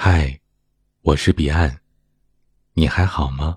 嗨，我是彼岸，你还好吗？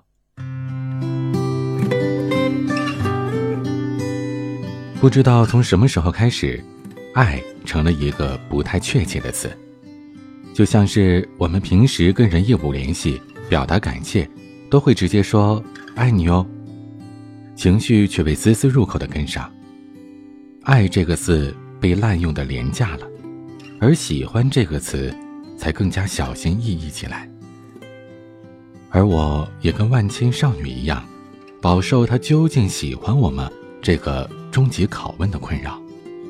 不知道从什么时候开始，爱成了一个不太确切的词，就像是我们平时跟人业务联系，表达感谢，都会直接说爱你哦，情绪却被丝丝入口的跟上。爱这个字被滥用的廉价了，而喜欢这个词才更加小心翼翼起来。而我也跟万千少女一样，饱受她究竟喜欢我吗这个终极拷问的困扰。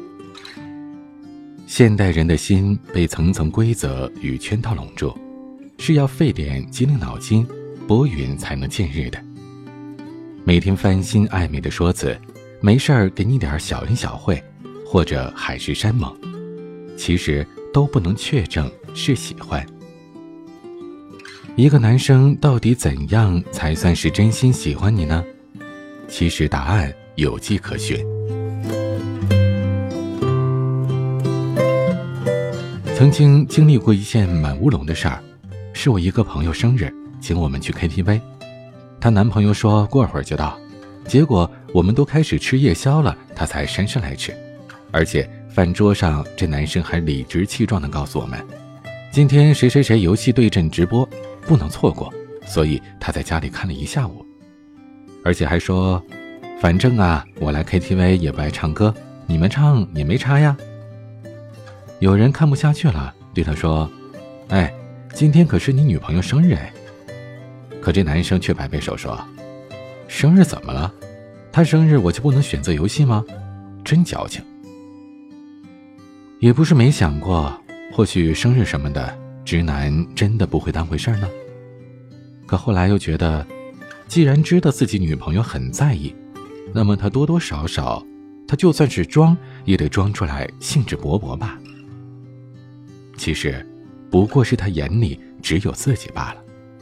现代人的心被层层规则与圈套笼住，是要费点机灵脑筋拨云才能见日的。每天翻新暧昧的说辞，没事儿给你点小恩小惠，或者海誓山盟，其实都不能确证是喜欢。一个男生到底怎样才算是真心喜欢你呢？其实答案有迹可循。曾经经历过一件蛮乌龙的事儿，是我一个朋友生日，请我们去 KTV， 她男朋友说过会儿就到，结果我们都开始吃夜宵了，他才姗姗来迟。而且饭桌上这男生还理直气壮地告诉我们，今天谁谁谁游戏对阵直播不能错过，所以他在家里看了一下午。而且还说，反正啊，我来 KTV 也不爱唱歌，你们唱也没差呀。有人看不下去了，对他说，哎，今天可是你女朋友生日哎。可这男生却摆摆手说，生日怎么了？他生日我就不能选择游戏吗？真矫情。也不是没想过，或许生日什么的，直男真的不会当回事呢。可后来又觉得，既然知道自己女朋友很在意，那么他多多少少，他就算是装，也得装出来兴致勃勃吧。其实，不过是他眼里只有自己罢了。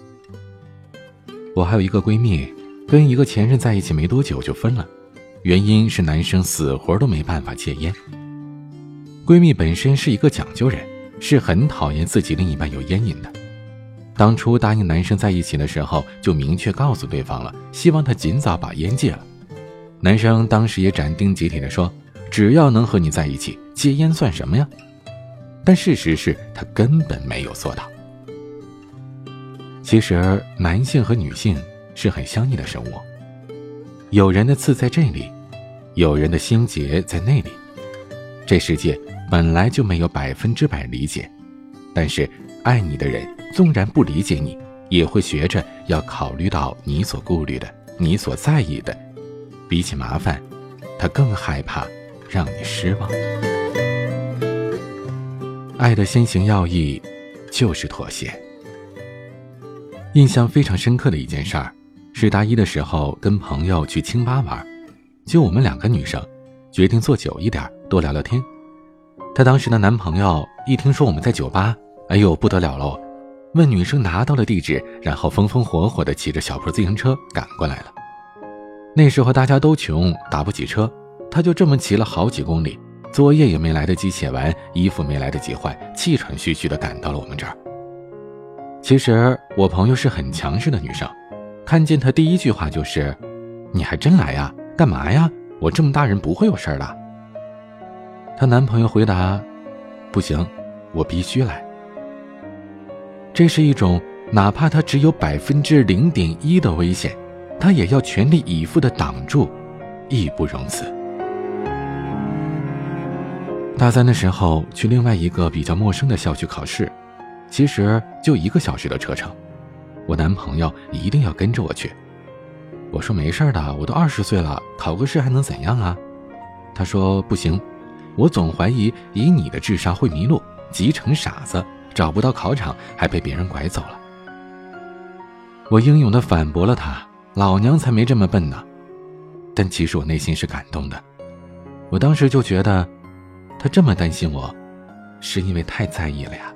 我还有一个闺蜜，跟一个前任在一起没多久就分了，原因是男生死活都没办法戒烟。闺蜜本身是一个讲究人，是很讨厌自己另一半有烟瘾的。当初答应男生在一起的时候，就明确告诉对方了，希望他尽早把烟戒了。男生当时也斩钉截铁地说，只要能和你在一起，戒烟算什么呀？但事实是他根本没有做到。其实男性和女性是很相异的生物，有人的刺在这里，有人的心结在那里。这世界本来就没有100%理解，但是爱你的人纵然不理解你，也会学着要考虑到你所顾虑的，你所在意的。比起麻烦，他更害怕让你失望。爱的先行要义就是妥协。印象非常深刻的一件事儿，是大一的时候跟朋友去清吧玩，就我们2个女生，决定坐久一点，多聊聊天。她当时的男朋友一听说我们在酒吧，哎呦不得了喽，问女生拿到了地址，然后风风火火地骑着小破自行车赶过来了。那时候大家都穷，打不起车，他就这么骑了好几公里，作业也没来得及写完，衣服没来得及换，气喘吁吁地赶到了我们这儿。其实我朋友是很强势的女生，看见她第一句话就是，你还真来呀？干嘛呀？我这么大人不会有事儿的。她男朋友回答，不行，我必须来。这是一种哪怕他只有0.1%的危险，他也要全力以赴地挡住，义不容辞。大3的时候去另外一个比较陌生的校区考试，其实就1个小时的车程，我男朋友一定要跟着我去。我说没事的，我都20岁了，考个试还能怎样啊？他说不行，我总怀疑以你的智商会迷路，急成傻子，找不到考场，还被别人拐走了。我英勇地反驳了他，老娘才没这么笨呢。但其实我内心是感动的，我当时就觉得他这么担心我，是因为太在意了呀。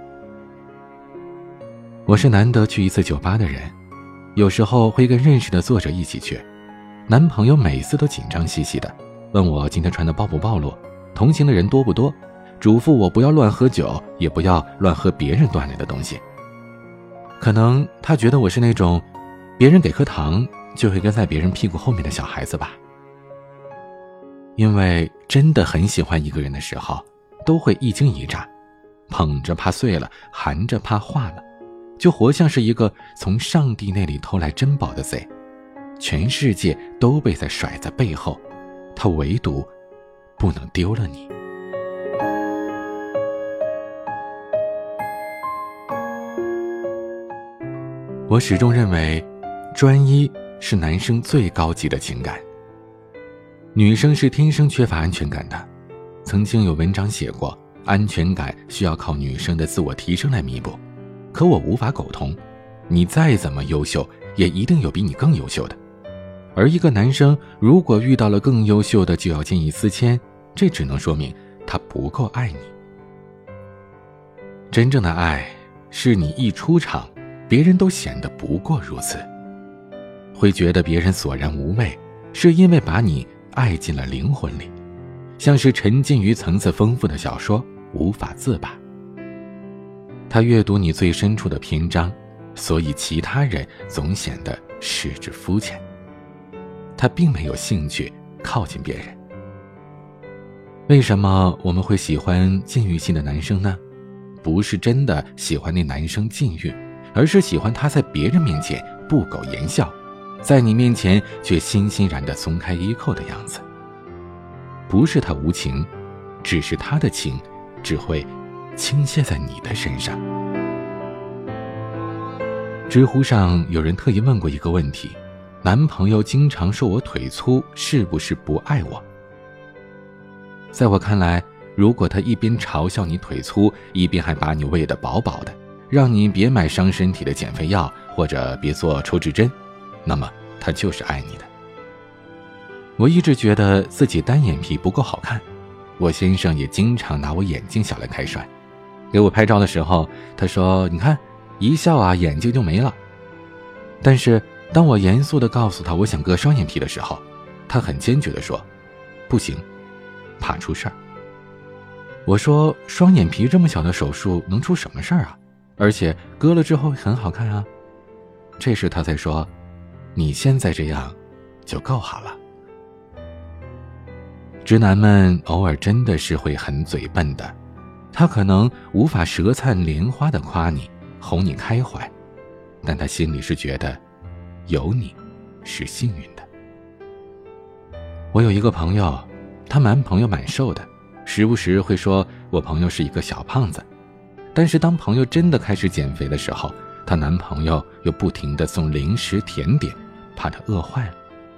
我是难得去一次酒吧的人，有时候会跟认识的作者一起去，男朋友每次都紧张兮兮的，问我今天穿的暴不暴露，同行的人多不多， 嘱咐我不要乱喝酒，也不要乱喝别人端来的东西。可能他觉得我是那种别人给颗糖就会跟在别人屁股后面的小孩子吧。因为真的很喜欢一个人的时候，都会一惊一乍，捧着怕碎了，含着怕化了，就活像是一个从上帝那里偷来珍宝的贼，全世界都被他甩在背后，他唯独不能丢了你。我始终认为，专一是男生最高级的情感。女生是天生缺乏安全感的，曾经有文章写过，安全感需要靠女生的自我提升来弥补。可我无法苟同，你再怎么优秀，也一定有比你更优秀的。而一个男生如果遇到了更优秀的就要见异思迁，这只能说明他不够爱你。真正的爱是你一出场，别人都显得不过如此，会觉得别人索然无味，是因为把你爱进了灵魂里，像是沉浸于层次丰富的小说，无法自拔。他阅读你最深处的篇章，所以其他人总显得视之肤浅。他并没有兴趣靠近别人。为什么我们会喜欢禁欲系的男生呢？不是真的喜欢那男生禁欲，而是喜欢他在别人面前不苟言笑，在你面前却欣欣然地松开衣扣的样子。不是他无情，只是他的情只会倾泻在你的身上。知乎上有人特意问过一个问题，男朋友经常说我腿粗，是不是不爱我？在我看来，如果他一边嘲笑你腿粗，一边还把你喂得饱饱的，让你别买伤身体的减肥药，或者别做抽脂针，那么他就是爱你的。我一直觉得自己单眼皮不够好看，我先生也经常拿我眼睛小来开涮。给我拍照的时候，他说你看，一笑啊眼睛就没了。但是当我严肃地告诉他我想割双眼皮的时候，他很坚决地说不行，怕出事儿。我说双眼皮这么小的手术能出什么事儿啊？而且割了之后很好看啊。这时他才说，你现在这样就够好了。直男们偶尔真的是会很嘴笨的，他可能无法舌灿莲花地夸你，哄你开怀，但他心里是觉得有你是幸运的。我有一个朋友，她男朋友蛮瘦的，时不时会说我朋友是一个小胖子，但是当朋友真的开始减肥的时候，她男朋友又不停地送零食甜点，怕她饿坏了。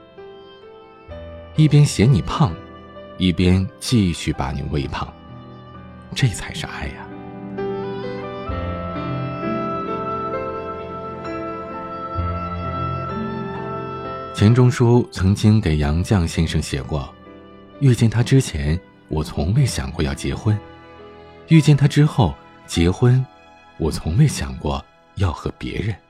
一边嫌你胖，一边继续把你喂胖，这才是爱呀。钱钟书曾经给杨绛先生写过，遇见他之前，我从未想过要结婚；遇见他之后，结婚，我从未想过要和别人。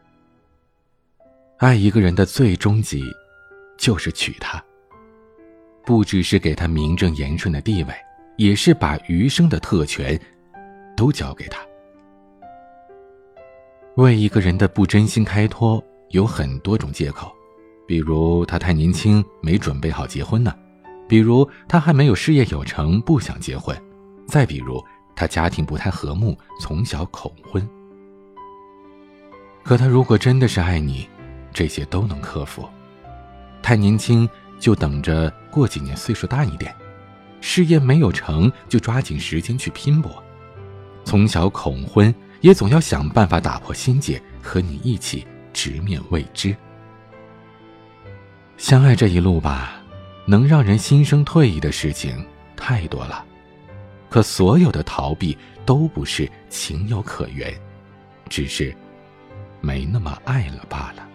爱一个人的最终极，就是娶她，不只是给他名正言顺的地位，也是把余生的特权都交给他。为一个人的不真心开脱，有很多种借口，比如他太年轻，没准备好结婚呢；比如他还没有事业有成，不想结婚；再比如他家庭不太和睦，从小恐婚。可他如果真的是爱你，这些都能克服。太年轻就等着过几年岁数大一点，事业没有成就抓紧时间去拼搏，从小恐婚也总要想办法打破心结，和你一起直面未知。相爱这一路吧，能让人心生退意的事情太多了，可所有的逃避都不是情有可原，只是没那么爱了罢了。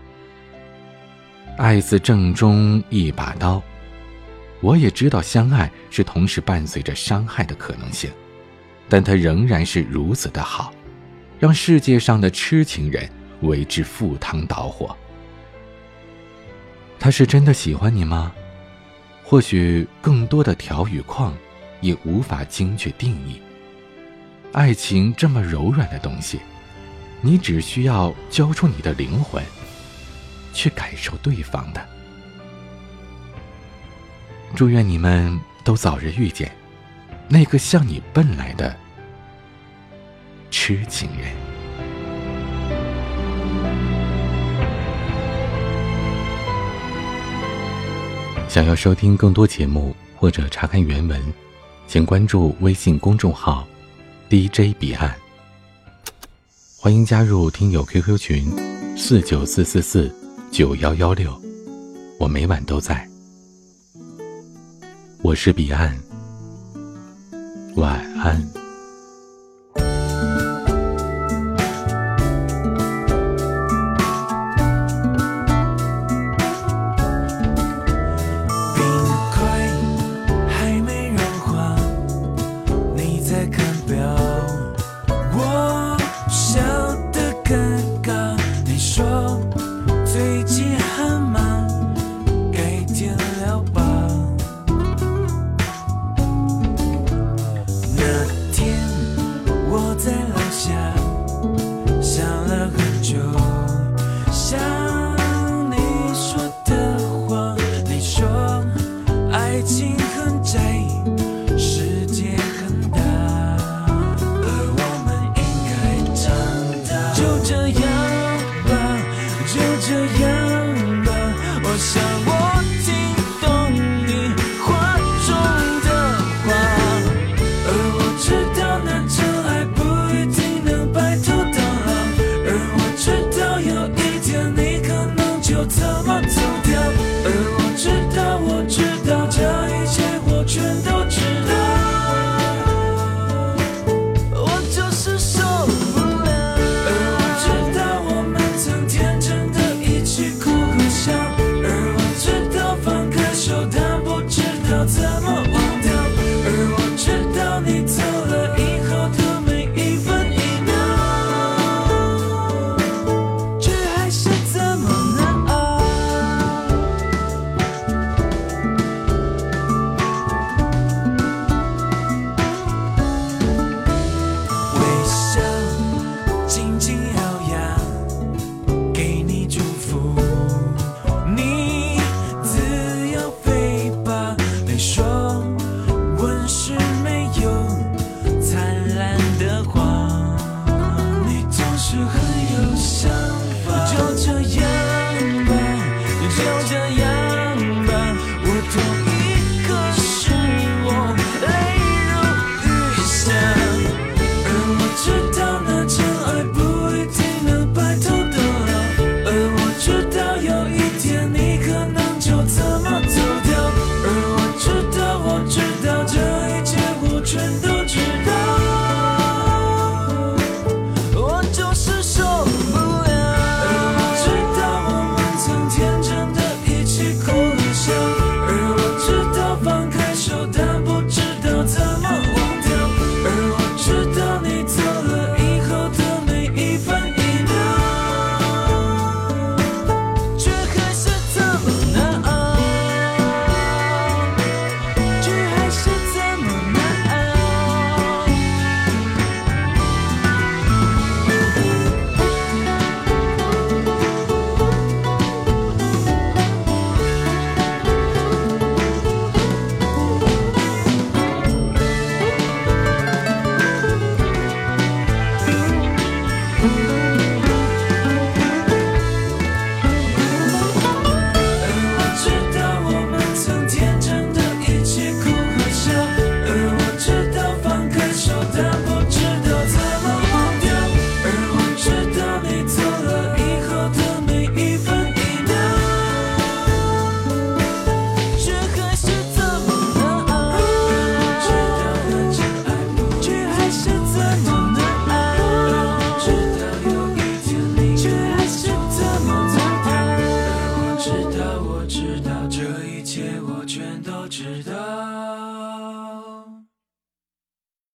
爱字正中一把刀，我也知道相爱是同时伴随着伤害的可能性，但它仍然是如此的好，让世界上的痴情人为之赴汤蹈火。他是真的喜欢你吗？或许更多的条与框也无法精确定义。爱情这么柔软的东西，你只需要交出你的灵魂，去感受对方的。祝愿你们都早日遇见那个向你奔来的痴情人。想要收听更多节目或者查看原文，请关注微信公众号 DJ 彼岸。欢迎加入听友 QQ 群494449116，我每晚都在。我是彼岸，晚安。 就这样